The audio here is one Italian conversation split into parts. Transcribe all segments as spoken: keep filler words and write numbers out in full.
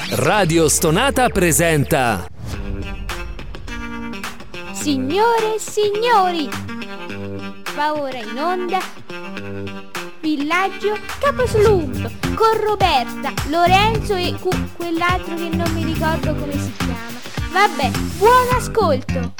Radio Stonata presenta Signore e signori, va ora in onda Villaggio Caposlump con Roberta, Lorenzo e cu- quell'altro che non mi ricordo come si chiama. Vabbè, buon ascolto.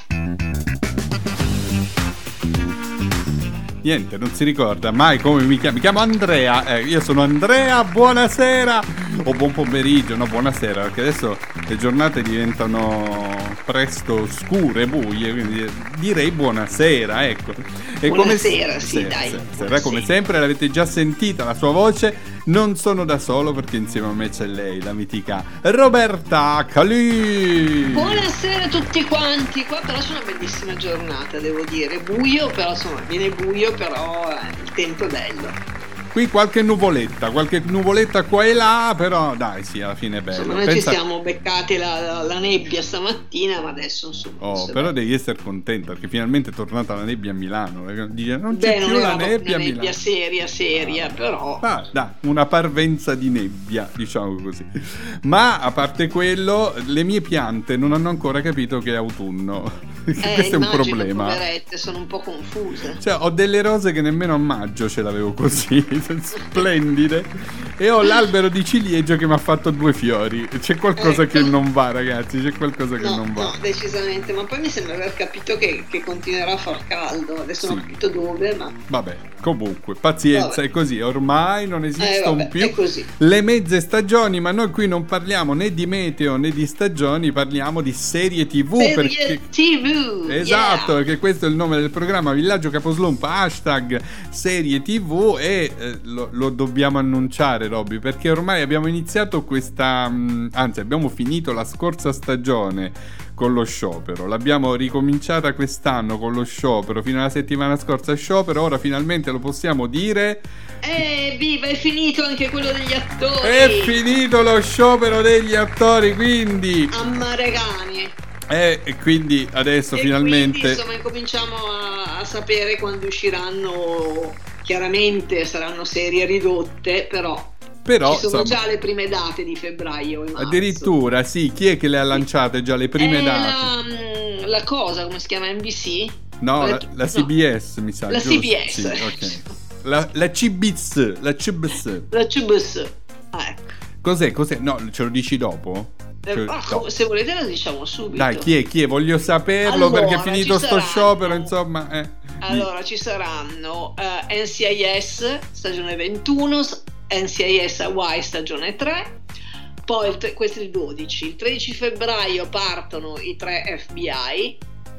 Niente, non si ricorda mai come mi chiamo. Mi chiamo Andrea, eh, io sono Andrea, buonasera o buon pomeriggio, no buonasera, perché adesso le giornate diventano presto scure, buie, quindi direi buonasera, ecco. E buonasera, come, sì, sera, dai. Sera, sera, come sempre l'avete già sentita la sua voce, non sono da solo perché insieme a me c'è lei, la mitica Roberta Calì. Buonasera a tutti quanti, qua però c'è una bellissima giornata, devo dire, buio, però insomma viene buio, però eh, il tempo è bello. Qui qualche nuvoletta, qualche nuvoletta qua e là, però dai sì, alla fine è bello. Insomma, noi Pensa... ci siamo beccati la, la, la nebbia stamattina, ma adesso insomma. Oh, però bello. Devi essere contenta perché finalmente è tornata la nebbia a Milano. Dice, non c'è Beh, più non la era nebbia una a nebbia Milano. seria, seria, ah, però. Ah, dai, una parvenza di nebbia, diciamo così. Ma a parte quello, le mie piante non hanno ancora capito che è autunno. Eh, Questo è un immagino, problema. Poverette, sono un po' confuse. Cioè, ho delle rose che nemmeno a maggio ce l'avevo così, splendide. E ho l'albero di ciliegio che mi ha fatto due fiori. C'è qualcosa ecco. che non va, ragazzi. C'è qualcosa che no, non va. No, decisamente. Ma poi mi sembra aver capito che, che continuerà a far caldo. Adesso sì. non ho capito dove, ma. Vabbè, comunque, pazienza, vabbè. È così. Ormai non esistono eh, vabbè, più è così. le mezze stagioni. Ma noi qui non parliamo né di meteo né di stagioni, parliamo di serie tivù. Serie perché... tivù. Esatto, yeah. perché questo è il nome del programma Villaggio Caposlump, hashtag serie tivù. E eh, lo, lo dobbiamo annunciare, Robby, perché ormai abbiamo iniziato questa mh, anzi abbiamo finito la scorsa stagione con lo sciopero, l'abbiamo ricominciata quest'anno con lo sciopero, fino alla settimana scorsa sciopero, ora finalmente lo possiamo dire. Eh, viva, è finito anche quello degli attori. È finito lo sciopero degli attori, quindi Ammaregani. Eh, e quindi adesso e finalmente quindi, insomma, incominciamo a, a sapere quando usciranno. Chiaramente saranno serie ridotte, però Però, ci sono insomma, già le prime date di febbraio e marzo. Addirittura, sì, chi è che le ha lanciate già le prime è date? La, la cosa, come si chiama, N B C? No, la, la, la C B S no. mi sa. La giusto? C B S. Sì, ok. La, la C B S, la C B S. La C B S. Ah, ecco. Cos'è? Cos'è? No, ce lo dici dopo? Eh, Cioè, ah, no. Se volete lo diciamo subito. Dai, chi è? Chi è? Voglio saperlo allora, perché è finito sto saranno... sciopero, insomma. Eh. Allora, ci saranno uh, N C I S stagione ventuno, N C I S Hawaii stagione tre, poi il tre, questo è il dodici, il tredici febbraio partono i tre F B I,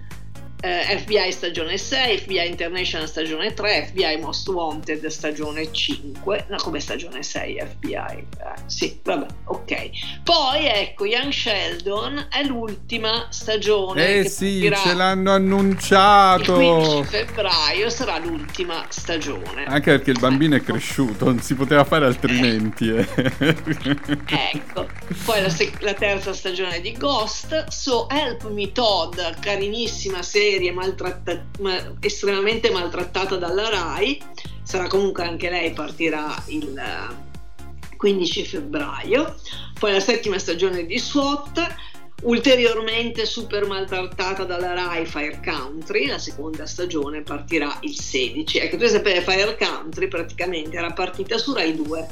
uh, F B I stagione sei, F B I International stagione tre, F B I Most Wanted stagione cinque, no, come stagione sei F B I, eh, sì, vabbè, ok. Poi ecco, Young Sheldon è l'ultima stagione. Eh che sì, ce l'hanno annunciato. Il quindici febbraio sarà l'ultima stagione. Anche perché il bambino è cresciuto, non si poteva fare altrimenti. Eh. Ecco, poi la, sec- la terza stagione di Ghost, So Help Me Todd, carinissima serie maltratta- ma- estremamente maltrattata dalla Rai, sarà comunque anche lei, partirà il quindici febbraio. Poi la settima stagione di SWAT, ulteriormente super maltrattata dalla Rai, Fire Country, la seconda stagione partirà il sedici. Ecco, tu sapere, Fire Country praticamente era partita su Rai due.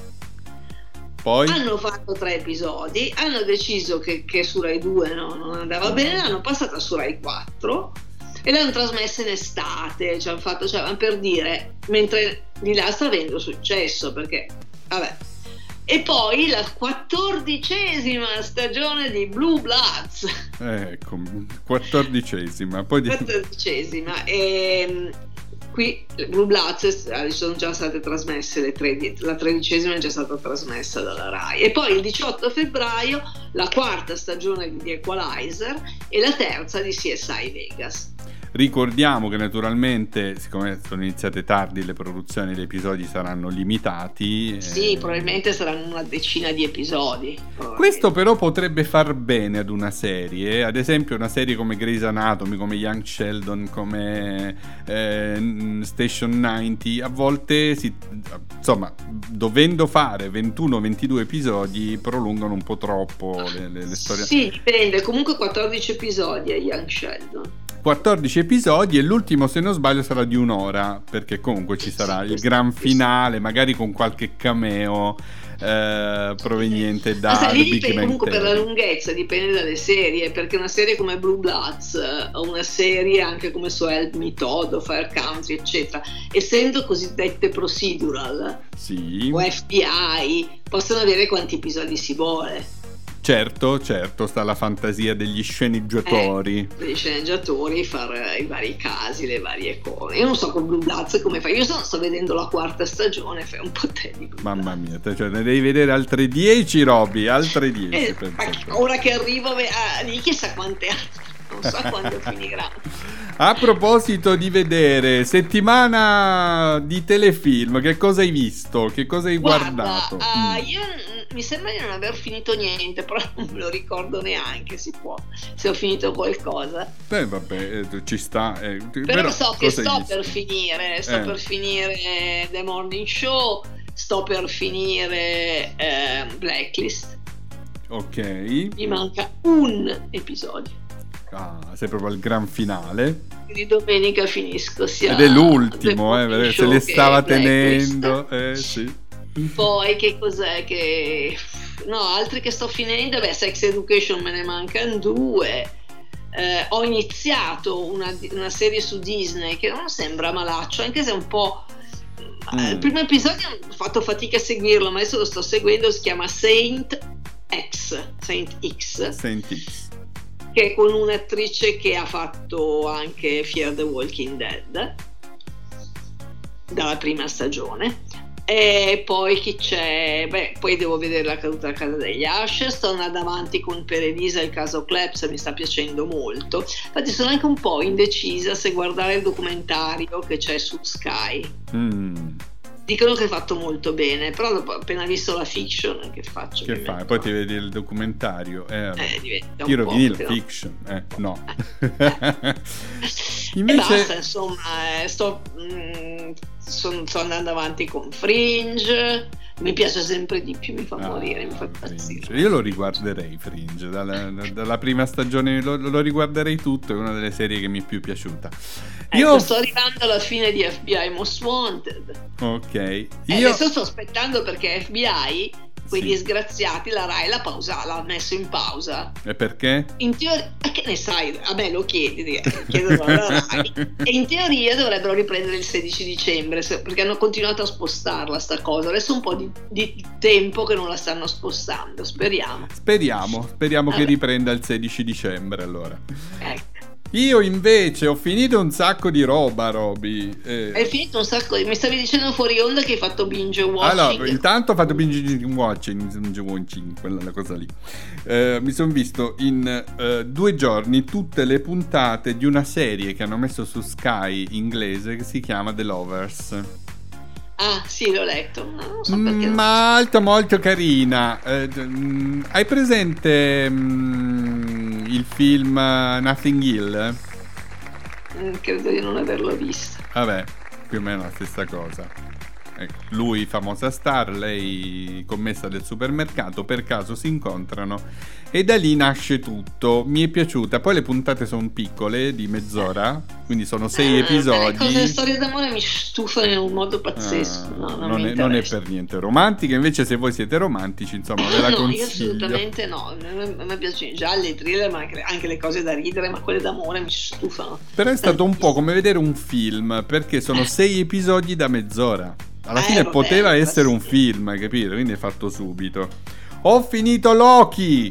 Poi hanno fatto tre episodi, hanno deciso che, che su Rai due no, non andava bene, l'hanno passata su Rai quattro e l'hanno trasmessa in estate, cioè, hanno fatto, cioè, per dire, mentre di là sta avendo successo, perché vabbè. E poi la quattordicesima stagione di Blue Bloods. Ecco, quattordicesima. Poi di... quattordicesima. E qui Blue Bloods sono già state trasmesse, le tredici, la tredicesima è già stata trasmessa dalla Rai. E poi il diciotto febbraio la quarta stagione di The Equalizer e la terza di C S I Vegas. Ricordiamo che naturalmente, siccome sono iniziate tardi le produzioni, gli episodi saranno limitati. Sì, eh... probabilmente saranno una decina di episodi. Questo però potrebbe far bene ad una serie, ad esempio una serie come Grey's Anatomy, come Young Sheldon, come eh, Station novanta. A volte si, insomma, dovendo fare ventuno ventidue episodi prolungano un po' troppo le, le, le storie. Sì, dipende, comunque quattordici episodi a Young Sheldon. quattordici episodi e l'ultimo, se non sbaglio, sarà di un'ora, perché comunque ci sarà il gran finale, magari con qualche cameo eh, proveniente da Ma The lì Big dipende, Bang comunque per la Theory. lunghezza dipende dalle serie, perché una serie come Blue Bloods o una serie anche come So Help Me Todd o Fire Country eccetera, essendo cosiddette procedural Sì. o F B I, possono avere quanti episodi si vuole. Certo, certo, sta la fantasia degli sceneggiatori. Eh, degli sceneggiatori fare i vari casi, le varie cose. Io non so con Blue Bloods come fai. Io sto, sto vedendo la quarta stagione, fai un po' te di Blue Mamma Bloods. mia, te, cioè, ne devi vedere altre dieci, Roby, altre dieci. Eh, penso ma te. ora che arrivo a lì chissà quante altre, non so quando finirà. A proposito di vedere, settimana di telefilm, che cosa hai visto? Che cosa hai Guarda, guardato? uh, Mm. io mi sembra di non aver finito niente, però non me lo ricordo neanche, si può, se ho finito qualcosa. Beh, vabbè, eh, ci sta. eh, Però, però so che cosa hai sto visto? per finire, sto Eh. per finire The Morning Show, sto per finire eh, Blacklist. Ok. Mi manca un episodio. Ah, sei proprio al gran finale. Quindi domenica finisco sia Ed è l'ultimo, The Morning eh, vedete, se Show le che stava Blacklist. tenendo. Eh, sì. Poi che cos'è che... No, altri che sto finendo, beh, Sex Education me ne mancano due. Eh, ho iniziato una, una serie su Disney che non sembra malaccio, anche se è un po'... Mm. Il primo episodio ho fatto fatica a seguirlo, ma adesso lo sto seguendo, si chiama Saint X, Saint X, Senti. che è con un'attrice che ha fatto anche Fear the Walking Dead dalla prima stagione. E poi chi c'è? Beh, poi devo vedere La caduta a casa degli Usher. Sto andando avanti con Per Elisa, il caso Klebs, mi sta piacendo molto. Infatti sono anche un po' indecisa se guardare il documentario che c'è su Sky. Mm. Dicono che è fatto molto bene, però dopo appena visto la fiction che faccio? Che Mi fai? metto Poi a- ti vedi il documentario. Eh, vabbè. Eh, diventa Ti un po', rovini il però. fiction. Eh, no. E Invece... basta, insomma, eh, sto, mm, son- sto andando avanti con Fringe, mi piace sempre di più, mi fa Ah, morire, mi fa Fringe. impazzire. Io lo riguarderei Fringe dalla, dalla prima stagione, lo, lo riguarderei tutto, è una delle serie che mi è più piaciuta. Ecco, Io sto arrivando alla fine di F B I Most Wanted. ok, E io adesso sto aspettando perché F B I, quei Sì. disgraziati, la Rai l'ha, pausa, l'ha messo in pausa. e perché? In teoria, che ne sai? A me lo chiedi, chiedo alla Rai. E in teoria dovrebbero riprendere il sedici dicembre, se- perché hanno continuato a spostarla sta cosa. Adesso un po' di, di tempo che non la stanno spostando, speriamo. Speriamo, speriamo che Vabbè. riprenda il sedici dicembre allora. Ecco. Io invece ho finito un sacco di roba, Roby. eh. Hai finito un sacco di... Mi stavi dicendo fuori onda che hai fatto binge watching. Allora, intanto ho fatto binge watching, binge watching, quella la cosa lì. Eh, mi sono visto in eh, due giorni tutte le puntate di una serie che hanno messo su Sky inglese che si chiama The Lovers. Ah, sì, l'ho letto. No, non so perché. non- Molto molto carina. Eh, d- mm, hai presente mm, il film uh, Nothing Hill? Mm, Credo di non averlo visto. Vabbè, più o meno la stessa cosa. Ecco, lui famosa star, lei commessa del supermercato, per caso si incontrano e da lì nasce tutto. Mi è piaciuta. Poi le puntate sono piccole, di mezz'ora, quindi sono sei Ah, episodi. Le cose, le storie d'amore mi stufano in un modo pazzesco. Ah, No, non, non, mi è, non è interessa. per niente romantica. Invece, se voi siete romantici, insomma, ve la No, io consiglio. assolutamente no. A me, a me piacciono già i thriller, ma anche, anche le cose da ridere, ma quelle d'amore mi stufano. Però è stato un po' come vedere un film, perché sono sei episodi da mezz'ora. Alla Eh, fine vabbè, poteva essere un sì. film, capito? Quindi è fatto subito. Ho finito Loki!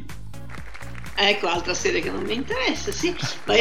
Ecco, altra serie che non mi interessa, sì. Vai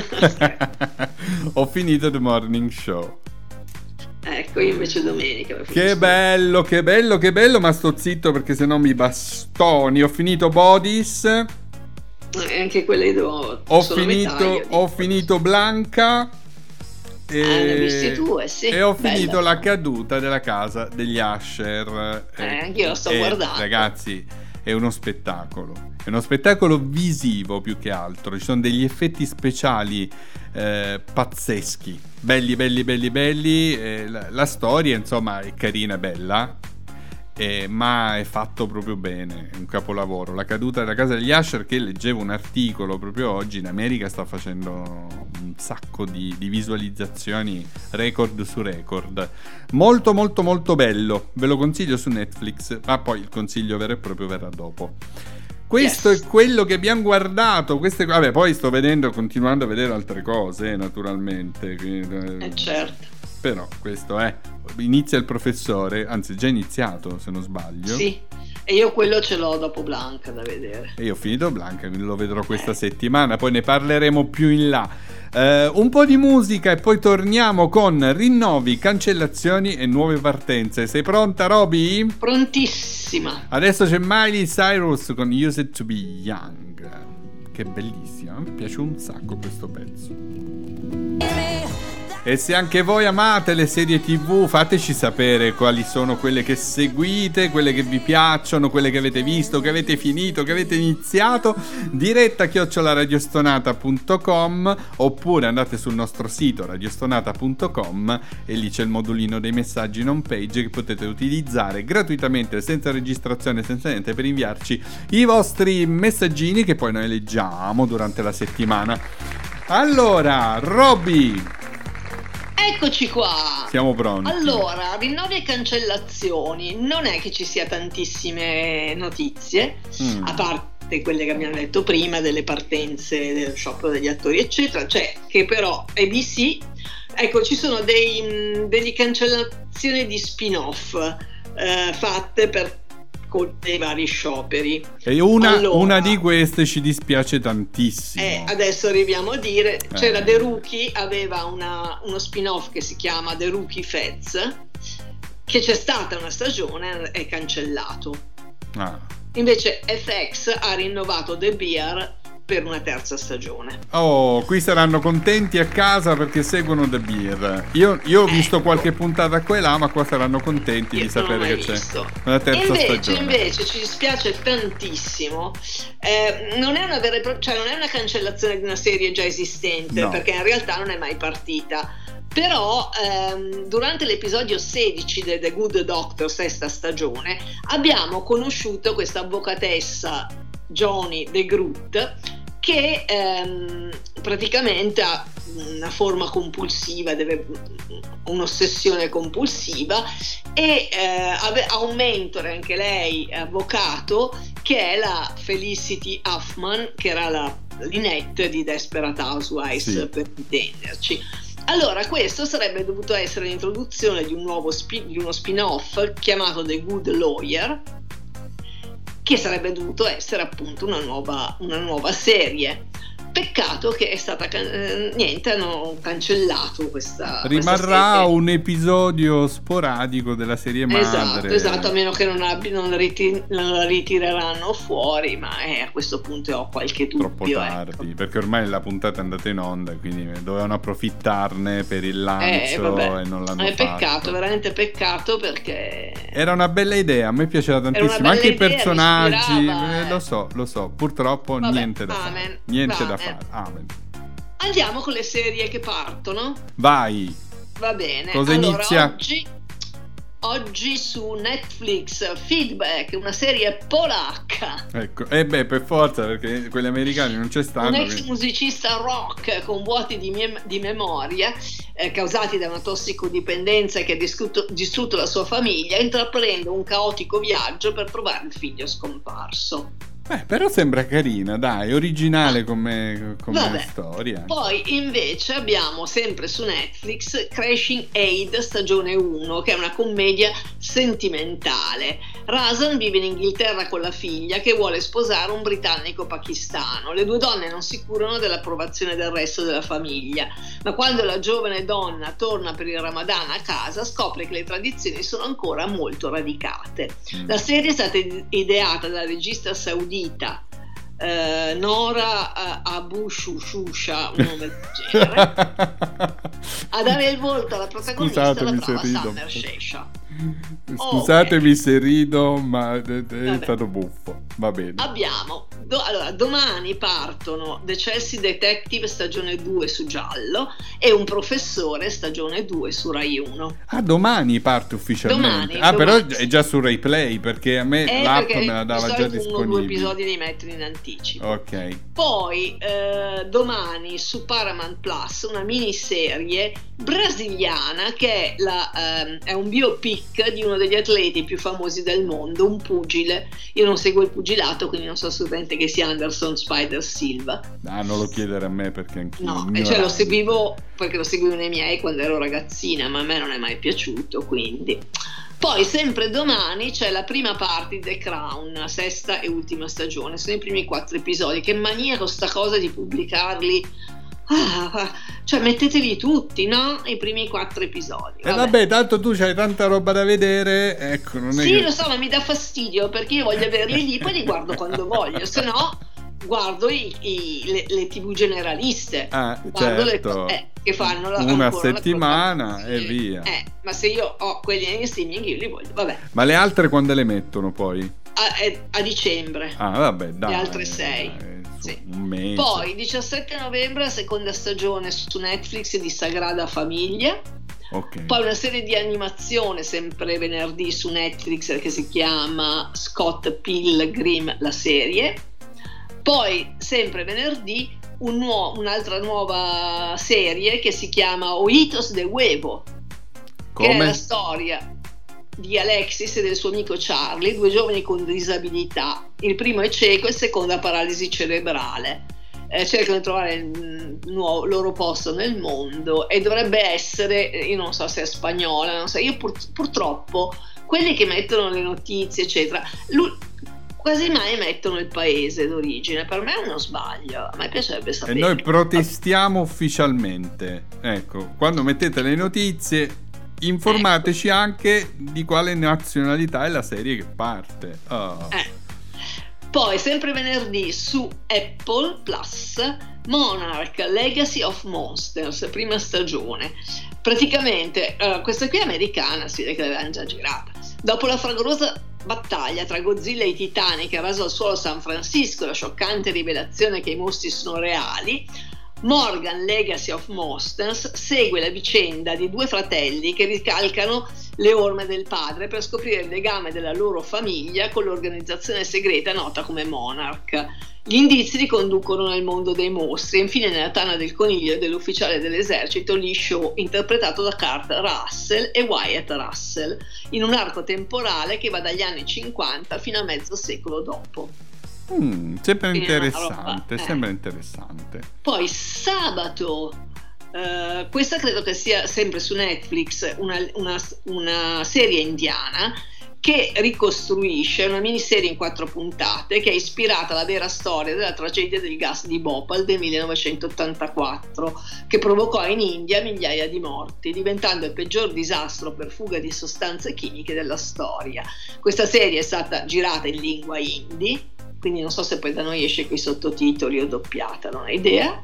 avanti. Ho finito The Morning Show. Ecco, io invece domenica. mi Che finisco. bello, che bello, che bello, ma sto zitto perché sennò mi bastoni. Ho finito Bodies. E anche quelle devo, ho sono finito metà, ho finito Blanca e, ah, ne hai visti tu, eh, sì, e ho bella. finito La caduta della casa degli Usher. Eh, anch'io lo sto e, guardando. Ragazzi, è uno spettacolo, è uno spettacolo visivo più che altro, ci sono degli effetti speciali eh, pazzeschi, belli belli belli belli, eh, la, la storia insomma è carina e bella, eh, ma è fatto proprio bene, è un capolavoro. La caduta della casa degli Usher, che leggevo un articolo proprio oggi, in America sta facendo un sacco di, di visualizzazioni, record su record, molto molto molto bello, ve lo consiglio su Netflix, ma poi il consiglio vero e proprio verrà dopo. Questo yes. è quello che abbiamo guardato. Queste, vabbè, poi sto vedendo, continuando a vedere altre cose, naturalmente. Quindi, eh, certo. Però questo è. Inizia il professore, anzi, già iniziato, se non sbaglio. Sì. E io quello ce l'ho dopo Blanca da vedere. E io ho finito Blanca, quindi lo vedrò questa eh. settimana. Poi ne parleremo più in là. Uh, un po' di musica e poi torniamo con rinnovi, cancellazioni e nuove partenze. Sei pronta, Roby? Prontissima. Adesso c'è Miley Cyrus con Used to be Young, che bellissima, mi piace un sacco questo pezzo. E se anche voi amate le serie tv, fateci sapere quali sono quelle che seguite, quelle che vi piacciono, quelle che avete visto, che avete finito, che avete iniziato. Diretta chiocciola radiostonata punto com, oppure andate sul nostro sito radiostonata punto com e lì c'è il modulino dei messaggi in home page che potete utilizzare gratuitamente, senza registrazione, senza niente, per inviarci i vostri messaggini che poi noi leggiamo durante la settimana. Allora, Roby, eccoci qua. Siamo pronti. Allora, rinnovi e cancellazioni. Non è che ci sia tantissime notizie, mm. a parte quelle che abbiamo detto prima, delle partenze del sciopero degli attori, eccetera. Cioè, che però A B C, ecco, ci sono dei, delle cancellazioni di spin-off eh, fatte per con dei vari scioperi. E una, allora, una di queste ci dispiace tantissimo. Eh, adesso arriviamo a dire, c'era eh. The Rookie, aveva una, uno spin-off che si chiama The Rookie Feds, che c'è stata una stagione, è cancellato. Ah. Invece F X ha rinnovato The Bear per una terza stagione. Oh, qui saranno contenti a casa perché seguono The Bear. Io, io ho ecco. visto qualche puntata qua e là, ma qua saranno contenti io di sapere che visto. c'è una terza invece, stagione. Invece ci dispiace tantissimo. Eh, non è una vera e propria, cioè non è una cancellazione di una serie già esistente, no. perché in realtà non è mai partita. Però ehm, durante l'episodio sedici di The Good Doctor, sesta stagione, abbiamo conosciuto questa avvocatessa Johnny De Groot, che ehm, praticamente ha una forma compulsiva, deve, un'ossessione compulsiva, e eh, ha un mentore, anche lei avvocato, che è la Felicity Huffman, che era la Lynette di Desperate Housewives, sì. per intenderci. Allora, questo sarebbe dovuto essere l'introduzione di un nuovo spi- di uno spin-off chiamato The Good Lawyer, che sarebbe dovuto essere appunto una nuova, una nuova serie. Peccato che è stata can- niente, hanno cancellato questa. Rimarrà questa un episodio sporadico della serie madre. Esatto, esatto, a meno che non, abbi- non, riti- non la ritireranno fuori, ma eh, a questo punto ho qualche dubbio. Troppo tardi, ecco. Perché ormai la puntata è andata in onda, quindi dovevano approfittarne per il lancio eh, e non l'hanno è fatto. Peccato, veramente peccato, perché era una bella idea, a me piaceva tantissimo, anche i personaggi, eh, lo so, lo so, purtroppo vabbè, niente da amen, fare, niente va, da fare. Amen. Andiamo con le serie che partono. Vai. Va bene. Cosa allora, inizia? Oggi, oggi su Netflix Feedback, una serie polacca. Ecco, e eh beh, per forza, perché quelli americani non ci stanno. Un ex quindi... musicista rock con vuoti di, mie- di memoria eh, causati da una tossicodipendenza che ha distrutto, distrutto la sua famiglia, intraprende un caotico viaggio per trovare il figlio scomparso. Eh, però sembra carina, dai, originale come, come storia. Poi invece abbiamo sempre su Netflix Crashing Aid stagione uno, che è una commedia sentimentale. Razan vive in Inghilterra con la figlia che vuole sposare un britannico pakistano. Le due donne non si curano dell'approvazione del resto della famiglia, ma quando la giovane donna torna per il Ramadan a casa scopre che le tradizioni sono ancora molto radicate. Mm. La serie è stata ideata dalla regista saudita eh, Nora eh, Abu Shushusha, un nome del genere. A dare il volto alla protagonista la brava Summer Shesha. Scusatemi Okay. se rido, ma è, è Vabbè. stato buffo. Va bene. Abbiamo do- allora domani partono The Chelsea Detective stagione due su Giallo e Un professore stagione due su Rai uno. Ah, domani parte ufficialmente. Domani, ah, domani. però è già su Rai Play, perché a me Eh, l'app perché me la dava di già solito uno o due disponibile. episodi li mettono in anticipo. Ok. Poi eh, domani su Paramount Plus una miniserie brasiliana che è, la, ehm, è un biopic di uno degli atleti più famosi del mondo, un pugile. Io non seguo il pugilato, quindi non so assolutamente che sia Anderson Spider Silva. Ah, non lo chiedere a me perché anch'io. No, ignorante. cioè lo seguivo perché lo seguivano i miei quando ero ragazzina, ma a me non è mai piaciuto, quindi. Poi sempre domani c'è la prima parte di The Crown, la sesta e ultima stagione, sono i primi quattro episodi. Che maniaco sta cosa di pubblicarli, ah, cioè metteteli tutti, no? I primi quattro episodi. E eh, vabbè, tanto tu c'hai tanta roba da vedere, ecco, non è Sì, che... lo so, ma mi dà fastidio perché io voglio averli lì, poi li guardo quando voglio, se no guardo i, i- le, le tv generaliste. Ah, Guardo le- certo. eh, che fanno la, Una ancora la settimana programmazione. e via. Eh, ma se io ho quelli in streaming io li voglio, vabbè, Ma le altre quando le mettono poi? a, è- a dicembre. Ah, vabbè, dai. Le altre sei. dai, su, Sì. Un mese. Poi diciassette novembre la seconda stagione su Netflix di Sagrada Famiglia. Ok. Poi una serie di animazione sempre venerdì su Netflix che si chiama Scott Pilgrim, la serie. Poi sempre venerdì un nuo- un'altra nuova serie che si chiama Ojitos de Huevo, che è Come? la storia di Alexis e del suo amico Charlie, due giovani con disabilità. Il primo è cieco e il secondo ha paralisi cerebrale. Eh, cercano di trovare il nuovo, loro posto nel mondo e dovrebbe essere, io non so se è spagnola, non so, io pur- purtroppo quelli che mettono le notizie eccetera, lui, quasi mai mettono il paese d'origine. Per me è uno sbaglio, a me piacerebbe E sapere. noi protestiamo ufficialmente. Ecco, quando mettete le notizie, informateci Ecco. anche di quale nazionalità è la serie che parte. Oh. Eh. Poi sempre venerdì su Apple Plus Monarch Legacy of Monsters, prima stagione. Praticamente uh, questa qui è americana, si vede che l'avevano già girata. Dopo la fragorosa battaglia tra Godzilla e i titani che ha raso al suolo San Francisco, la scioccante rivelazione che i mostri sono reali, Morgan Legacy of Monsters segue la vicenda di due fratelli che ricalcano le orme del padre per scoprire il legame della loro famiglia con l'organizzazione segreta nota come Monarch. Gli indizi li conducono nel mondo dei mostri e infine nella tana del coniglio dell'ufficiale dell'esercito Lee Shaw, interpretato da Kurt Russell e Wyatt Russell, in un arco temporale che va dagli anni cinquanta fino a mezzo secolo dopo. Mm, sembra Quindi è una interessante, roba, eh. sembra interessante. Poi sabato, eh, questa credo che sia sempre su Netflix, una, una, una serie indiana che ricostruisce una miniserie in quattro puntate che è ispirata alla vera storia della tragedia del gas di Bhopal del millenovecentottantaquattro, che provocò in India migliaia di morti, diventando il peggior disastro per fuga di sostanze chimiche della storia. Questa serie è stata girata in lingua hindi, quindi non so se poi da noi esce coi sottotitoli o doppiata, non ho idea,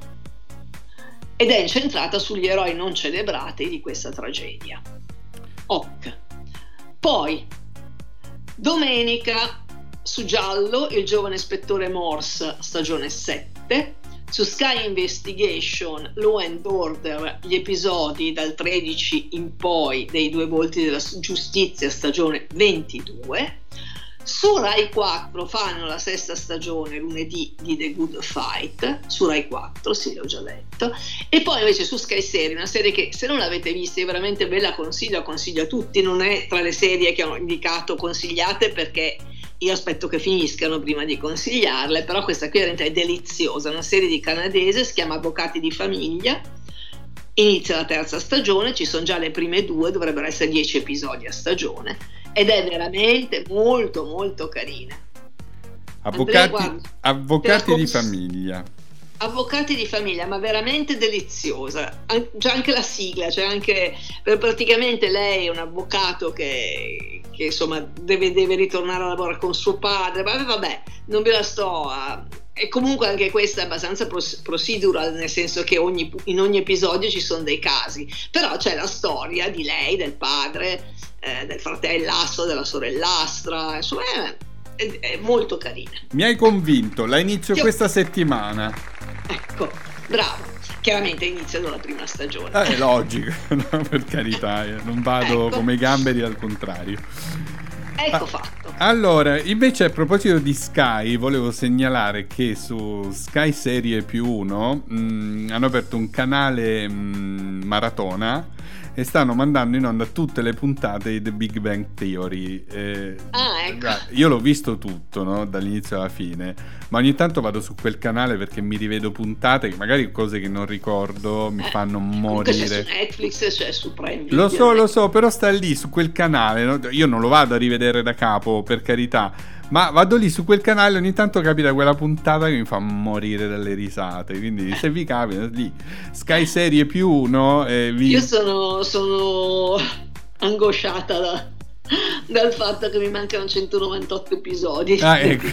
ed è incentrata sugli eroi non celebrati di questa tragedia. Ok. Poi domenica su Giallo Il giovane ispettore Morse stagione sette, su Sky Investigation Law and Order gli episodi dal tredici in poi dei Due volti della giustizia stagione ventidue. Su Rai quattro fanno la sesta stagione lunedì di The Good Fight, su Rai quattro, sì, l'ho già letto. E poi invece su Sky Serie, una serie che se non l'avete vista io veramente ve la consiglio, consiglio a tutti, non è tra le serie che ho indicato consigliate perché io aspetto che finiscano prima di consigliarle, però questa qui veramente è deliziosa, una serie di canadese, si chiama Avvocati di famiglia. Inizia la terza stagione, ci sono già le prime due, dovrebbero essere dieci episodi a stagione ed è veramente molto molto carina. Avvocati, Andrea, guarda, avvocati te la di cons- famiglia. Avvocati di famiglia, ma veramente deliziosa. An- c'è anche la sigla, c'è anche praticamente lei è un avvocato che, che insomma deve, deve ritornare a lavorare con suo padre, ma vabbè, non ve la sto a, e comunque anche questa è abbastanza procedural, nel senso che ogni, in ogni episodio ci sono dei casi, però c'è la storia di lei, del padre, eh, del fratellastro, della sorellastra, insomma è, è, è molto carina. Mi hai convinto, la inizio Io... questa settimana. Ecco, bravo. Chiaramente inizia dalla prima stagione. Eh, è logico, no, per carità, non vado ecco. come i gamberi, al contrario. Ecco ah, fatto. Allora, invece a proposito di Sky, volevo segnalare che su Sky Serie più uno mh, hanno aperto un canale mh, maratona e stanno mandando in onda tutte le puntate di The Big Bang Theory. Eh, ah, ecco. Io l'ho visto tutto, no? Dall'inizio alla fine, ma ogni tanto vado su quel canale perché mi rivedo puntate, magari cose che non ricordo mi eh, fanno morire. C'è su Netflix, c'è su Prime Video. Lo so, lo so, però sta lì su quel canale, no? Io non lo vado a rivedere da capo, per carità, ma vado lì su quel canale, ogni tanto capita quella puntata che mi fa morire dalle risate, quindi se vi capita lì Sky Serie più uno eh, vi... Io sono, sono angosciata da, dal fatto che mi mancano centonovantotto episodi. Ah, ecco.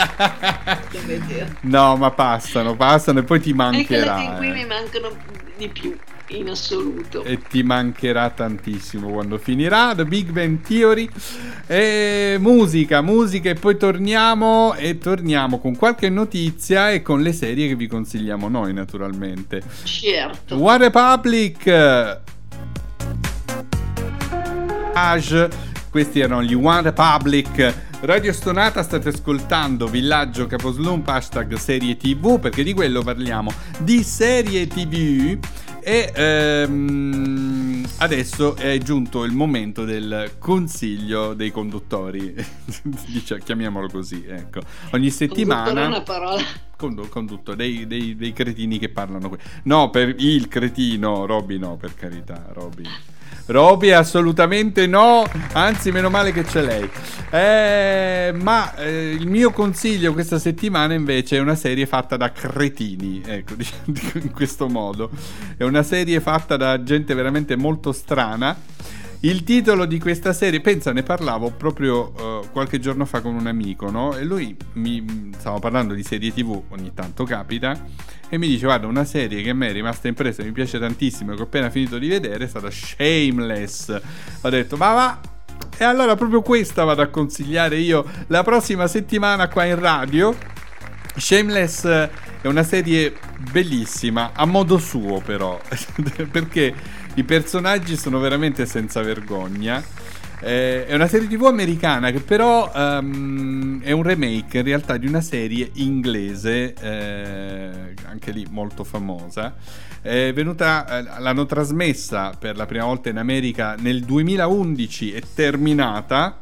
No, ma passano, passano e poi ti mancherà. Anche in cui eh. mi mancano di più in assoluto, e ti mancherà tantissimo quando finirà The Big Bang Theory. E musica, musica e poi torniamo e torniamo con qualche notizia e con le serie che vi consigliamo noi, naturalmente. Certo. One Republic, questi erano gli One Republic. Radio Stonata, state ascoltando Villaggio Caposlump hashtag serie tv, perché di quello parliamo, di serie tv. E ehm, adesso è giunto il momento del consiglio dei conduttori, dice, chiamiamolo così, ecco. Ogni settimana Conduttore è una parola. Condu- condutto dei, dei, dei cretini che parlano qui. No, per il cretino, Robby no, per carità, Robby. Robby assolutamente no, anzi meno male che c'è lei. Eh, ma eh, il mio consiglio questa settimana invece è una serie fatta da cretini, ecco, diciamo in questo modo. È una serie fatta da gente veramente molto strana. Il titolo di questa serie, pensa, ne parlavo proprio uh, qualche giorno fa con un amico, no? E lui mi stavo parlando di serie tv, ogni tanto capita, e mi dice: guarda, una serie che a me è rimasta impressa, mi piace tantissimo, che ho appena finito di vedere, è stata Shameless. Ho detto: ma va! E allora proprio questa vado a consigliare io la prossima settimana qua in radio. Shameless è una serie bellissima, a modo suo però, perché i personaggi sono veramente senza vergogna. Eh, è una serie tv americana che però um, è un remake in realtà di una serie inglese, eh, anche lì molto famosa. È venuta, eh, l'hanno trasmessa per la prima volta in America nel duemilaundici, è terminata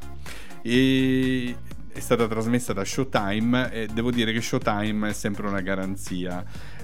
e è stata trasmessa da Showtime, e devo dire che Showtime è sempre una garanzia.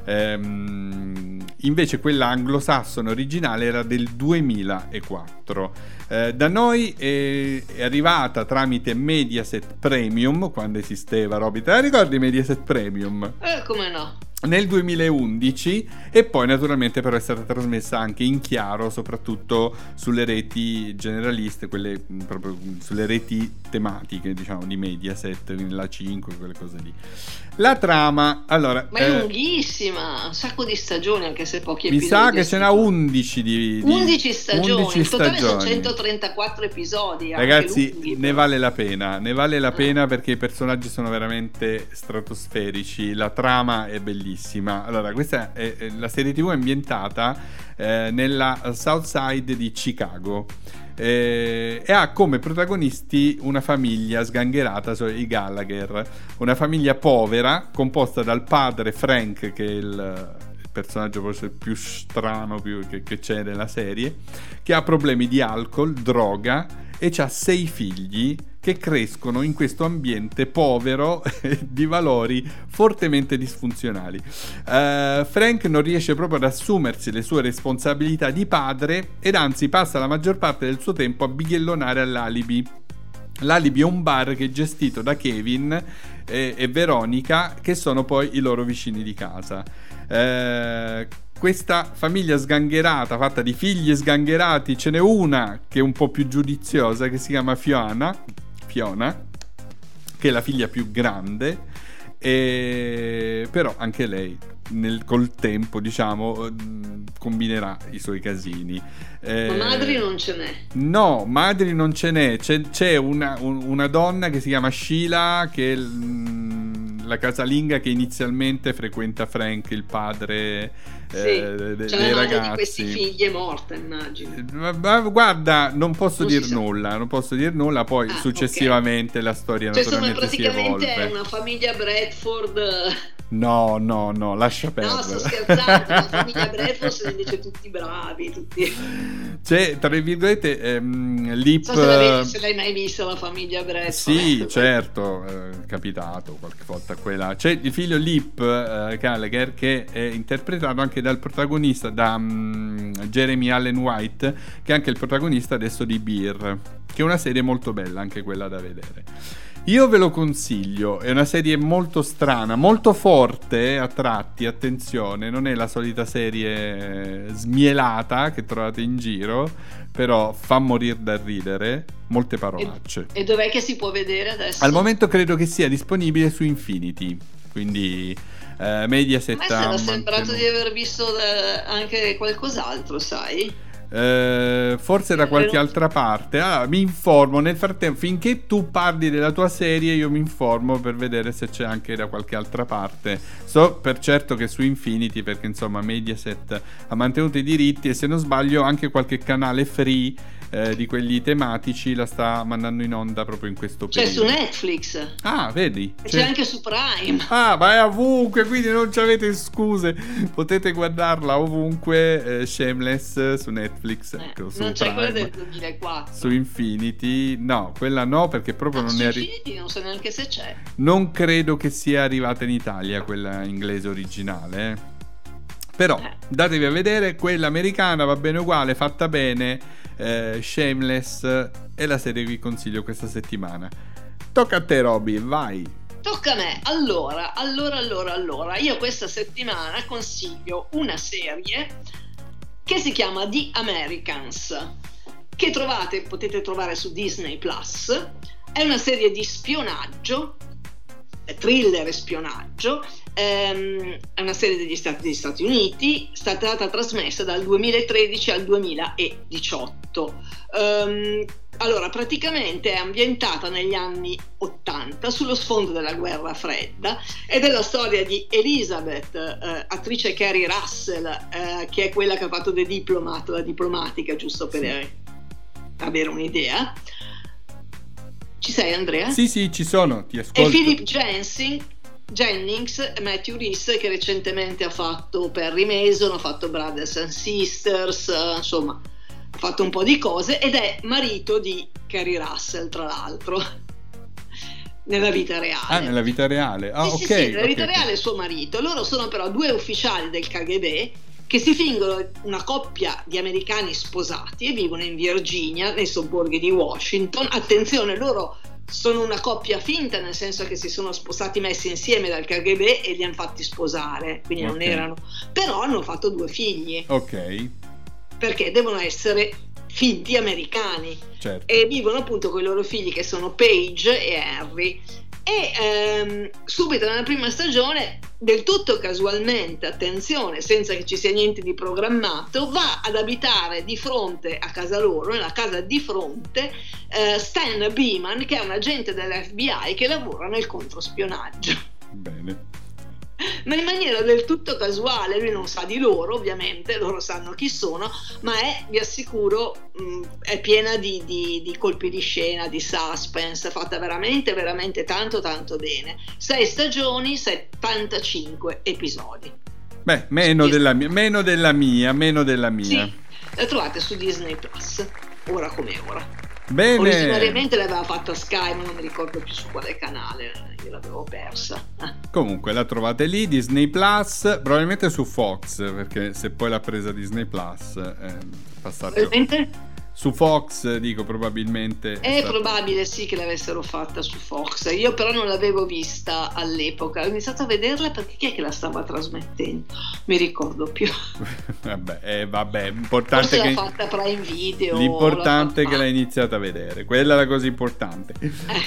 Ehm, invece quella anglosassone originale era del duemilaquattro. Eh, da noi è, è arrivata tramite Mediaset Premium, quando esisteva, Robby, te la ricordi Mediaset Premium? Eh, come no? Nel duemilaundici, e poi naturalmente però è stata trasmessa anche in chiaro, soprattutto sulle reti generaliste, quelle proprio sulle reti tematiche, diciamo, di Mediaset, quindi la cinque, quelle cose lì. La trama, allora, ma è eh, lunghissima, un sacco di stagioni, anche se pochi mi episodi. sa che ce n'ha undici di, di undici stagioni, undici in totale stagioni. sono centotrentaquattro episodi. Ragazzi, lunghi, ne vale la pena, ne vale la pena perché i personaggi sono veramente stratosferici, la trama è bellissima. Allora, questa è, è la serie tv è ambientata eh, nella South Side di Chicago. Eh, e ha come protagonisti una famiglia sgangherata, cioè i Gallagher, una famiglia povera composta dal padre Frank, che è il, il personaggio forse più strano più che, che c'è nella serie, che ha problemi di alcol, droga, e ha sei figli che crescono in questo ambiente povero di valori fortemente disfunzionali. Uh, Frank non riesce proprio ad assumersi le sue responsabilità di padre ed anzi passa la maggior parte del suo tempo a bighellonare all'Alibi. L'Alibi è un bar che è gestito da Kevin e, e Veronica, che sono poi i loro vicini di casa. Uh, questa famiglia sgangherata, fatta di figli sgangherati, ce n'è una che è un po' più giudiziosa, che si chiama Fiona Fiona, che è la figlia più grande, e però anche lei nel, col tempo, diciamo, combinerà i suoi casini. Eh, Ma madri non ce n'è? No, madri non ce n'è. C'è, c'è una, un, una donna che si chiama Sheila, che è l, la casalinga che inizialmente frequenta Frank, il padre sì, eh, de, dei ragazzi. Di questi figli è morta, immagino. Ma, ma guarda, non posso non dir nulla, non posso dir nulla. Poi ah, successivamente okay. la storia cioè, naturalmente si evolve. Praticamente è una famiglia Bradford. No, no, no, lascia perdere. No, sto scherzando, la famiglia Bradford sono invece tutti bravi, tutti. C'è, tra virgolette, ehm, Lip... So se, l'hai, se l'hai mai vista la famiglia Bradford. Sì, eh, certo, è capitato qualche volta quella. C'è il figlio Lip eh, Gallagher, che è interpretato anche dal protagonista, da um, Jeremy Allen White, che è anche il protagonista adesso di Beer, che è una serie molto bella, anche quella da vedere. Io ve lo consiglio, è una serie molto strana, molto forte a tratti, attenzione, non è la solita serie smielata che trovate in giro, però fa morire da ridere, molte parolacce. E, e dov'è che si può vedere adesso? Al momento credo che sia disponibile su Infinity, quindi eh, Mediaset. A me è sembrato di aver visto anche qualcos'altro, sai? Eh, forse da qualche altra parte. Allora, mi informo nel frattempo, finché tu parli della tua serie io mi informo per vedere se c'è anche da qualche altra parte. So per certo che su Infinity, perché insomma Mediaset ha mantenuto i diritti e se non sbaglio anche qualche canale free eh, di quelli tematici la sta mandando in onda proprio in questo c'è periodo. C'è su Netflix. Ah, vedi? C'è, c'è anche su Prime. Ah, ma è ovunque, quindi non ci avete scuse. Potete guardarla ovunque, eh, Shameless su Netflix. Eh, ecco, su non c'è Prime. quella del duemilaquattro. Su Infinity, no, quella no, perché proprio ah, non su è arri- Infinity non so neanche se c'è. Non credo che sia arrivata in Italia quella inglese originale, eh. Però eh. datevi a vedere quella americana, va bene uguale, fatta bene. eh, Shameless è la serie che vi consiglio questa settimana. Tocca a te, Roby, vai. Tocca a me. Allora, allora, allora, allora io questa settimana consiglio una serie che si chiama The Americans, che trovate, potete trovare su Disney Plus. È una serie di spionaggio, thriller e spionaggio, ehm, è una serie degli Stati, degli Stati Uniti, è stata trasmessa dal duemilatredici al duemiladiciotto. Um, allora, praticamente è ambientata negli anni ottanta, sullo sfondo della guerra fredda, ed è la storia di Elizabeth, eh, attrice Carrie Russell, eh, che è quella che ha fatto The Diplomat, la diplomatica, giusto per sì. avere un'idea. Ci sei, Andrea? Sì, sì, ci sono, ti ascolto. E Philip Jennings, Jennings Matthew Rhys, che recentemente ha fatto Perry Mason, ha fatto Brothers and Sisters, uh, insomma, ha fatto un po' di cose, ed è marito di Carrie Russell, tra l'altro, nella vita reale. Ah, nella vita reale? Ah, sì, ok. Sì, sì, nella vita okay, reale okay. è suo marito. Loro sono però due ufficiali del K G B che si fingono una coppia di americani sposati e vivono in Virginia, nei sobborghi di Washington. Attenzione, loro sono una coppia finta, nel senso che si sono sposati messi insieme dal K G B e li hanno fatti sposare, quindi okay. non erano, però hanno fatto due figli. Ok. Perché devono essere finti americani. Certo. E vivono appunto con i loro figli, che sono Paige e Harry. E ehm, subito nella prima stagione, del tutto casualmente, attenzione, senza che ci sia niente di programmato, va ad abitare di fronte a casa loro, nella casa di fronte, eh, Stan Beeman, che è un agente dell'F B I che lavora nel controspionaggio. Bene. Ma in maniera del tutto casuale, lui non sa di loro, ovviamente, loro sanno chi sono, ma è, vi assicuro, mh, è piena di, di, di colpi di scena, di suspense, fatta veramente, veramente tanto, tanto bene. Sei stagioni, settantacinque episodi. Beh, meno sì. della mia, meno della mia, meno della mia. Sì, la trovate su Disney Plus, ora come ora. Bene. Originariamente l'aveva fatta Sky, ma non mi ricordo più su quale canale, io l'avevo persa. Comunque la trovate lì, Disney Plus, probabilmente su Fox, perché se poi l'ha presa Disney Plus è passato probabilmente su Fox, dico probabilmente è, è stato... probabile sì che l'avessero fatta su Fox. Io però non l'avevo vista all'epoca, ho iniziato a vederla perché chi è che la stava trasmettendo? Mi ricordo più. vabbè, eh, vabbè, importante forse che l'ha fatta Prime Video. L'importante è che l'hai iniziata a vedere, quella è la cosa importante. Ecco.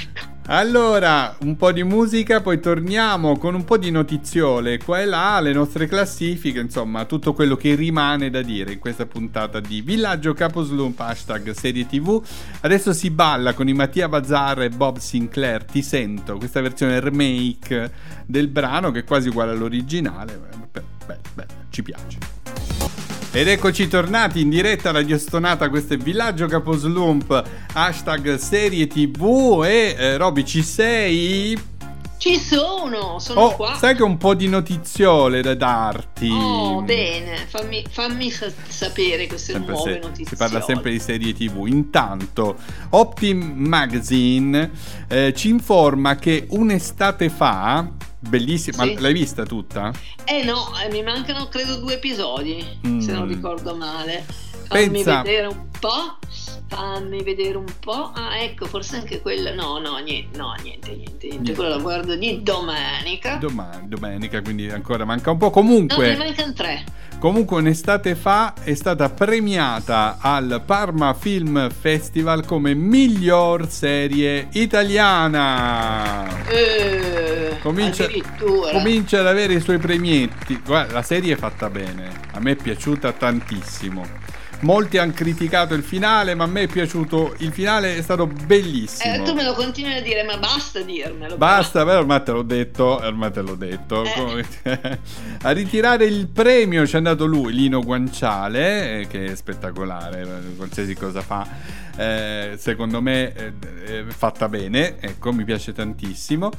Allora, un po' di musica, poi torniamo con un po' di notiziole qua e là, le nostre classifiche, insomma, tutto quello che rimane da dire in questa puntata di Villaggio Caposlump, hashtag serie tv. Adesso si balla con i Mattia Bazzar e Bob Sinclair, Ti sento, questa versione remake del brano che è quasi uguale all'originale. Beh, beh, beh, ci piace. Ed eccoci tornati in diretta radiostonata, questo è Villaggio Caposlump, hashtag serie tv e eh, Roby, ci sei? Ci sono, sono oh, qua. Sai che ho un po' di notiziole da darti. Oh, bene, fammi, fammi sa- sapere queste sempre nuove se, notizie. Si parla sempre di serie tv. Intanto Optim Magazine eh, ci informa che un'estate fa, bellissima, sì. Ma l'hai vista tutta? Eh no, eh, mi mancano credo due episodi, mm. se non ricordo male. Fammi Pensa... vedere un po'. Fammi vedere un po'. Ah, ecco, forse anche quella. No, no, niente, no, niente, niente, niente. Quella la guardo di domenica. Domani, domenica, quindi ancora manca un po'. Comunque. No, mi mancano tre. Comunque un'estate fa è stata premiata al Parma Film Festival come miglior serie italiana. Eh, comincia, addirittura. comincia ad avere i suoi premietti. Guarda, la serie è fatta bene, a me è piaciuta tantissimo. Molti hanno criticato il finale, ma a me è piaciuto. Il finale è stato bellissimo. Eh, tu me lo continui a dire, ma basta dirmelo. Basta, però ormai te l'ho detto. Ormai te l'ho detto. Eh. Come... a ritirare il premio ci è andato lui, Lino Guanciale, eh, che è spettacolare, qualsiasi cosa fa. Eh, secondo me eh, è fatta bene, ecco, mi piace tantissimo.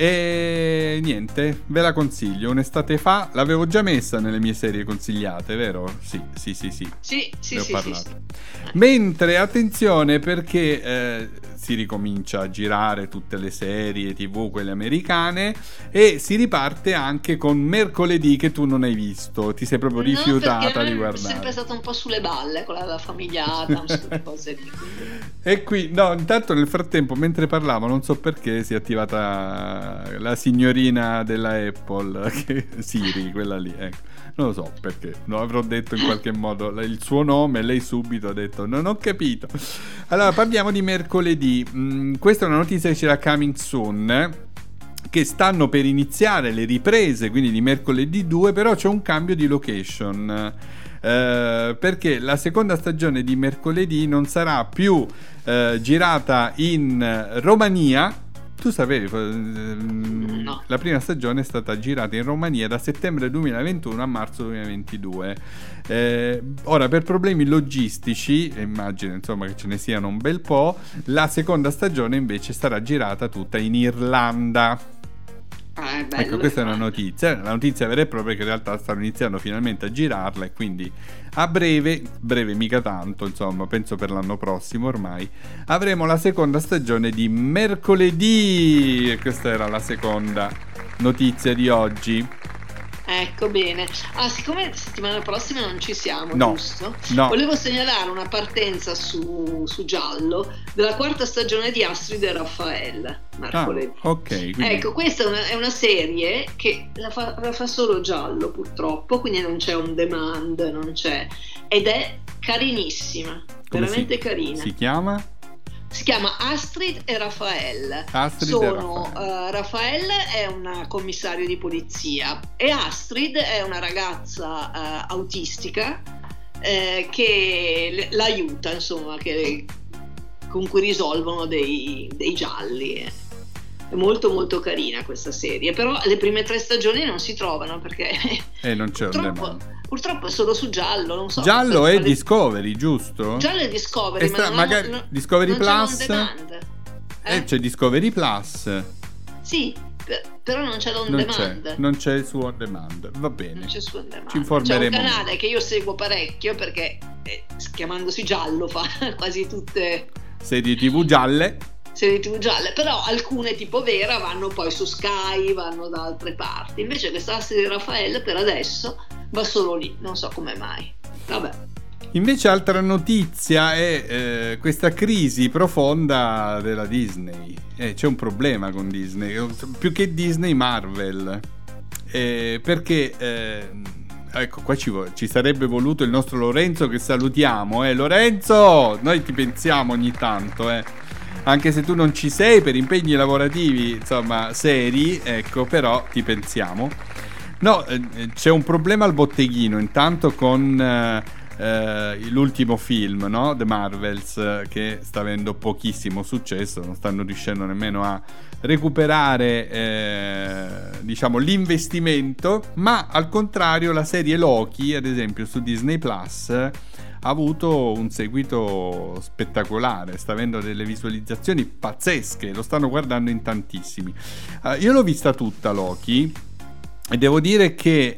E niente, ve la consiglio. Un'estate fa l'avevo già messa nelle mie serie consigliate, vero? Sì, sì, sì, sì. Sì, sì, ne ho sì, parlato. sì, sì. Mentre attenzione, perché eh, si ricomincia a girare tutte le serie tv, quelle americane, e si riparte anche con Mercoledì, che tu non hai visto, ti sei proprio rifiutata no, di guardare. È sempre stata un po' sulle balle con la, la famiglia Adams, queste cose lì. E qui, no, intanto nel frattempo, mentre parlavo, non so perché si è attivata la signorina della Apple, che, Siri, quella lì, ecco. Non lo so perché, lo avrò detto in qualche modo il suo nome, lei subito ha detto non ho capito. Allora parliamo di Mercoledì. Mm, questa è una notizia che c'era Coming Soon, eh, che stanno per iniziare le riprese, quindi di Mercoledì due, però c'è un cambio di location. Eh, perché la seconda stagione di Mercoledì non sarà più eh, girata in Romania. Tu sapevi, no. La prima stagione è stata girata in Romania da settembre duemilaventuno a marzo duemilaventidue. Eh, ora, per problemi logistici, immagino insomma che ce ne siano un bel po', la seconda stagione invece sarà girata tutta in Irlanda. Ah, è bello, ecco, questa è una bello. notizia, la notizia vera e propria è che in realtà stanno iniziando finalmente a girarla, e quindi a breve, breve mica tanto, insomma, penso per l'anno prossimo ormai, avremo la seconda stagione di Mercoledì, e questa era la seconda notizia di oggi. Ecco, bene. Ah, siccome settimana prossima non ci siamo, No, giusto? no. Volevo segnalare una partenza su, su Giallo della quarta stagione di Astrid e Raffaele, mercoledì. Ah, ok. Quindi... Ecco, questa è una, è una serie che la fa, la fa solo Giallo, purtroppo, quindi non c'è on demand, non c'è, ed è carinissima, Come veramente si, carina. Si chiama? Si chiama Astrid e Raffaele. Astrid Sono, e Raffaele. Uh, Raffaele è un commissario di polizia e Astrid è una ragazza uh, autistica eh, che l- l'aiuta, insomma, che, con cui risolvono dei, dei gialli. Eh. È molto molto carina questa serie, però le prime tre stagioni non si trovano perché Eh, non c'è purtroppo, un purtroppo è solo su Giallo, non so. Giallo è quale... Discovery, giusto? Giallo è Discovery, È sta- ma non magari non, Discovery non Plus? c'è l'on demand. Eh, Eh? c'è Discovery Plus. Sì, per- però non c'è l'on Non demand. c'è, non c'è il suo on demand. Va bene. Non c'è su on demand. Ci informeremo. C'è un canale che io seguo parecchio perché eh, chiamandosi Giallo fa quasi tutte Serie tv gialle. serie tv gialle, però alcune tipo Vera vanno poi su Sky, vanno da altre parti. Invece questa Astrid di Raffaele per adesso va solo lì, non so come mai. Vabbè. Invece altra notizia è eh, questa crisi profonda della Disney. Eh, c'è un problema con Disney, più che Disney, Marvel. Eh, perché eh, ecco, qua ci, ci sarebbe voluto il nostro Lorenzo, che salutiamo. Eh, Lorenzo, noi ti pensiamo ogni tanto, eh. anche se tu non ci sei per impegni lavorativi, insomma, seri, ecco, però ti pensiamo. No, eh, c'è un problema al botteghino, intanto con eh, eh, l'ultimo film, no? The Marvels, eh, che sta avendo pochissimo successo, non stanno riuscendo nemmeno a recuperare eh, diciamo l'investimento, ma al contrario la serie Loki, ad esempio su Disney Plus, ha avuto un seguito spettacolare, sta avendo delle visualizzazioni pazzesche, lo stanno guardando in tantissimi. Uh, io l'ho vista tutta Loki e devo dire che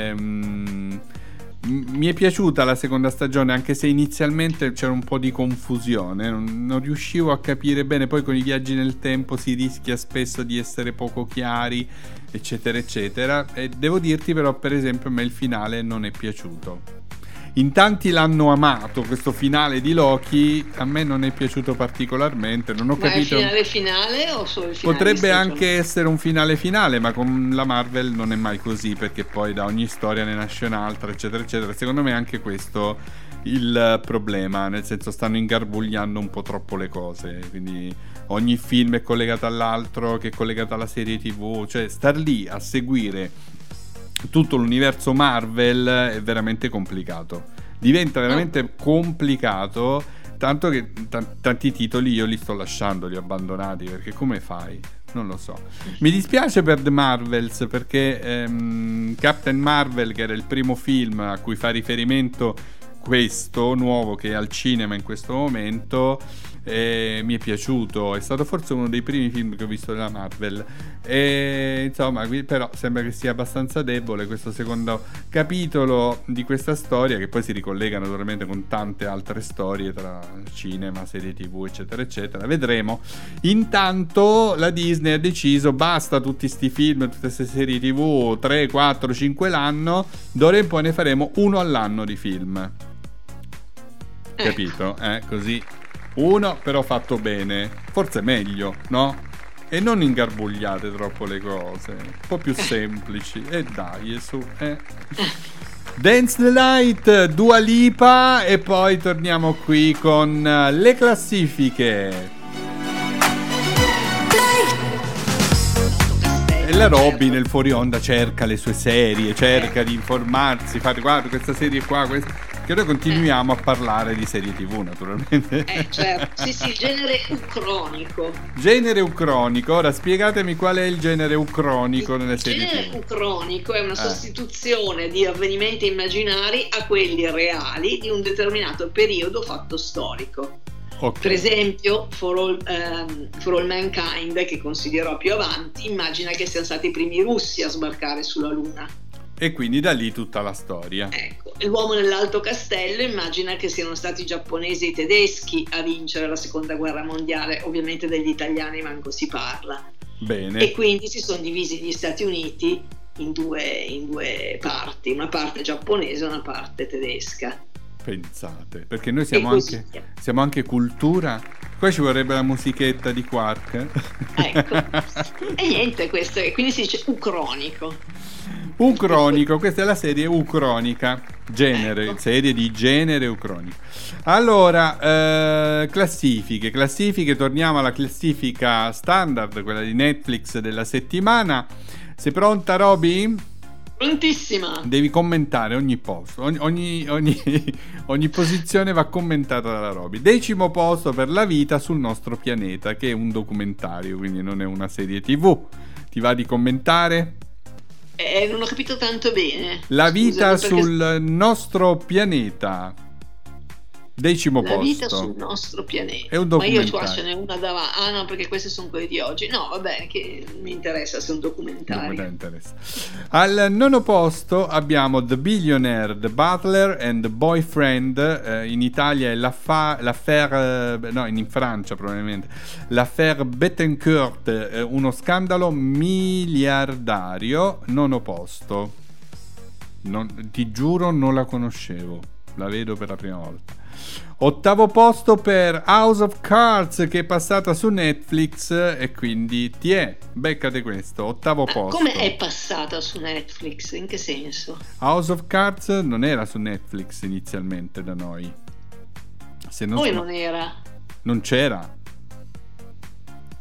ehm, mi è piaciuta la seconda stagione, anche se inizialmente c'era un po' di confusione, non, non riuscivo a capire bene, poi con i viaggi nel tempo si rischia spesso di essere poco chiari, eccetera eccetera, e devo dirti però, per esempio, a me il finale non è piaciuto. In tanti l'hanno amato questo finale di Loki, a me non è piaciuto particolarmente, non ho ma capito. Ma è il finale finale o solo il finale? Potrebbe anche essere un finale finale, ma con la Marvel non è mai così, perché poi da ogni storia ne nasce un'altra, eccetera eccetera. Secondo me è anche questo il problema, nel senso stanno ingarbugliando un po' troppo le cose, quindi ogni film è collegato all'altro, che è collegato alla serie tivù, cioè star lì a seguire tutto l'universo Marvel è veramente complicato, diventa veramente complicato, tanto che t- tanti titoli io li sto lasciando, li ho abbandonati, perché come fai? Non lo so. Mi dispiace per The Marvels, perché ehm, Captain Marvel, che era il primo film a cui fa riferimento questo nuovo che è al cinema in questo momento, e mi è piaciuto, è stato forse uno dei primi film che ho visto della Marvel, e insomma però sembra che sia abbastanza debole questo secondo capitolo di questa storia, che poi si ricollega naturalmente con tante altre storie tra cinema, serie tv, eccetera eccetera. Vedremo. Intanto la Disney ha deciso basta tutti sti film, tutte queste serie tv, tre, quattro, cinque l'anno, d'ora in poi ne faremo uno all'anno di film, capito? Eh, così uno però fatto bene, forse meglio, no? E non ingarbugliate troppo le cose, un po' più semplici. E dai, su, eh. Dance the Night, Dua Lipa, e poi torniamo qui con le classifiche. E la Robby nel fuori onda cerca le sue serie, cerca di informarsi, fare guarda questa serie qua, questa... che noi continuiamo a parlare di serie tv, naturalmente. Eh, certo. Sì, sì, il genere ucronico. Genere ucronico. Ora spiegatemi qual è il genere ucronico nelle serie tv. Il genere T V. ucronico è una eh. sostituzione di avvenimenti immaginari a quelli reali di un determinato periodo fatto storico. Okay. Per esempio, For All, um, For All Mankind, che considerò più avanti, immagina che siano stati i primi russi a sbarcare sulla Luna. E quindi da lì tutta la storia. Ecco, L'uomo nell'alto castello immagina che siano stati i giapponesi e i tedeschi a vincere la seconda guerra mondiale, ovviamente degli italiani manco si parla. Bene. E quindi si sono divisi gli Stati Uniti in due, in due parti, una parte giapponese e una parte tedesca. Pensate, perché noi siamo anche, siamo anche cultura. Qua ci vorrebbe la musichetta di Quark. Ecco. E niente, questo è, quindi si dice ucronico. Ucronico, questa è la serie ucronica, genere, ecco. Serie di genere ucronico. Allora, eh, classifiche, classifiche, torniamo alla classifica standard, quella di Netflix della settimana. Sei pronta, Roby? Prontissima. Devi commentare ogni posto, ogni, ogni, ogni, ogni posizione va commentata dalla Roby. Decimo posto per La vita sul nostro pianeta, che è un documentario, quindi non è una serie tivù. Ti va di commentare? Eh, non ho capito tanto bene. La vita Scusami, sul perché... nostro pianeta. Decimo la posto. La vita sul nostro pianeta. È un Ma io documentario. qua ce n'è una davanti. Ah no, perché questi sono quelli di oggi. No, va bene, che mi interessa se è un documentario. Non mi interessa. Al nono posto abbiamo The Billionaire, The Butler and the Boyfriend. Eh, in Italia è l'affa- l'affaire, eh, no, in Francia probabilmente, l'affaire Bettencourt, eh, uno scandalo miliardario. Nono posto. Non, ti giuro non la conoscevo, la vedo per la prima volta. Ottavo posto per House of Cards, che è passata su Netflix, e quindi ti è, beccate questo, ottavo Ma posto. come è passata su Netflix? In che senso? House of Cards non era su Netflix inizialmente da noi. Se non Poi sm- non era. Non c'era.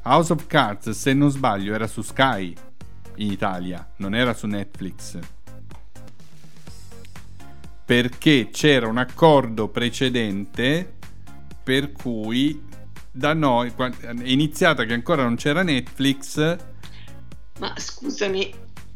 House of Cards, se non sbaglio, era su Sky in Italia, non era su Netflix, perché c'era un accordo precedente per cui da noi è iniziata che ancora non c'era Netflix. Ma scusami,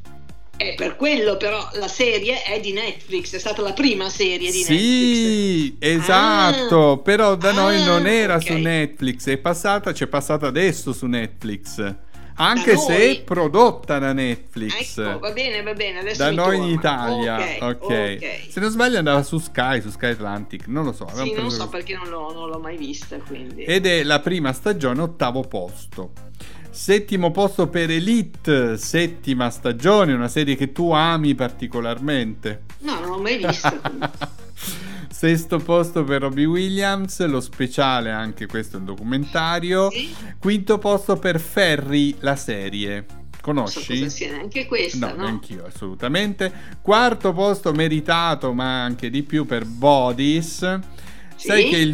è per quello però la serie è di Netflix, è stata la prima serie di sì, Netflix. Sì, esatto, ah, però da noi ah, non era okay. su Netflix, è passata, c'è passata adesso su Netflix. Anche se è prodotta da Netflix. Ecco, va bene, va bene. Adesso da mi noi torna. in Italia. Okay, ok. ok. Se non sbaglio andava su Sky, su Sky Atlantic. Non lo so. Sì, non preso... so perché non l'ho, non l'ho mai vista. Quindi. Ed è la prima stagione, ottavo posto. Settimo posto per Elite, settima stagione, una serie che tu ami particolarmente. No, non l'ho mai vista. Sesto posto per Robbie Williams, lo speciale, anche questo è un documentario. Sì? Quinto posto per Ferry, la serie. Conosci? Non so cosa sia neanche questa, no? No, neanch'io, assolutamente. Quarto posto per ma anche di più, per Bodies. Sì? Sai che il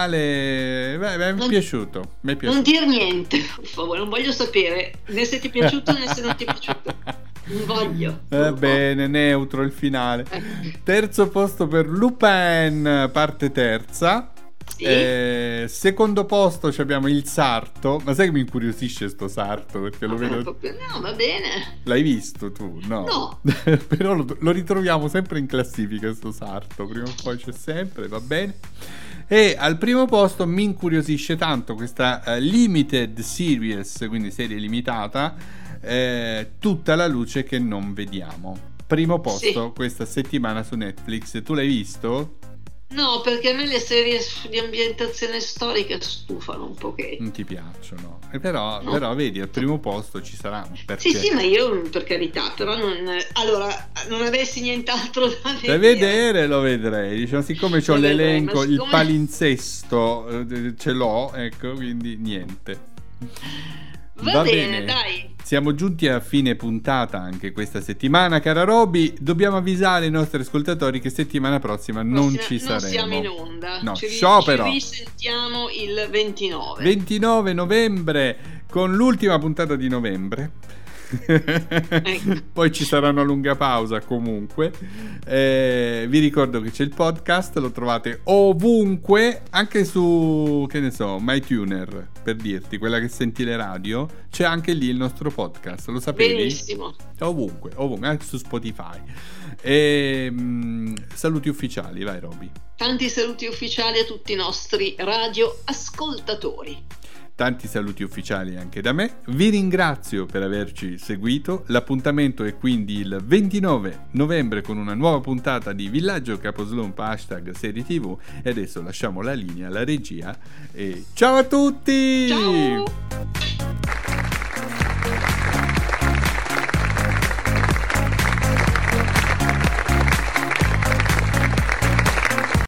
finale beh, beh, mi è piaciuto, mi è piaciuto. Non dir niente, per favore, non voglio sapere né se ti è piaciuto né se non ti è piaciuto. Non voglio. Va bene, neutro il finale. Terzo posto per Lupin, parte terza. Sì. Eh, secondo posto abbiamo il Sarto. Ma sai che mi incuriosisce sto Sarto? Perché lo no, vedo. Proprio... No, va bene. L'hai visto tu? No. No. Però lo, lo ritroviamo sempre in classifica sto Sarto. Prima o poi c'è sempre, va bene. E al primo posto mi incuriosisce tanto questa uh, limited series, quindi serie limitata. Eh, tutta la luce che non vediamo. Primo posto sì. Questa settimana su Netflix. Tu l'hai visto? No, perché a me le serie di ambientazione storica stufano un pochetto. Non ti piacciono? E però, no. però vedi, al primo posto ci saranno. Sì, sì, ma io per carità, però non. Allora, non avessi nient'altro da vedere. Da vedere lo vedrei. Diciamo, siccome ho l'elenco, siccome... il palinsesto ce l'ho, ecco, quindi niente. Va, Va bene, bene, dai. Siamo giunti a fine puntata anche questa settimana, cara Roby. Dobbiamo avvisare i nostri ascoltatori che settimana prossima non prossima, ci saremo. Non siamo in onda. No, ci, sciopero. Ci risentiamo il ventinove. ventinove novembre con l'ultima puntata di novembre. Ecco. Poi ci sarà una lunga pausa comunque. Eh, vi ricordo che c'è il podcast, lo trovate ovunque, anche su, che ne so, MyTuner, per dirti, quella che senti le radio, c'è anche lì il nostro podcast, lo sapevi? Benissimo. Ovunque, ovunque, anche su Spotify. E, mh, saluti ufficiali, vai Roby. Tanti saluti ufficiali a tutti i nostri radio ascoltatori. Tanti saluti ufficiali anche da me. Vi ringrazio per averci seguito. L'appuntamento è quindi il ventinove novembre con una nuova puntata di Villaggio Caposlump hashtag serie tv. E adesso lasciamo la linea alla regia. E ciao a tutti! Ciao!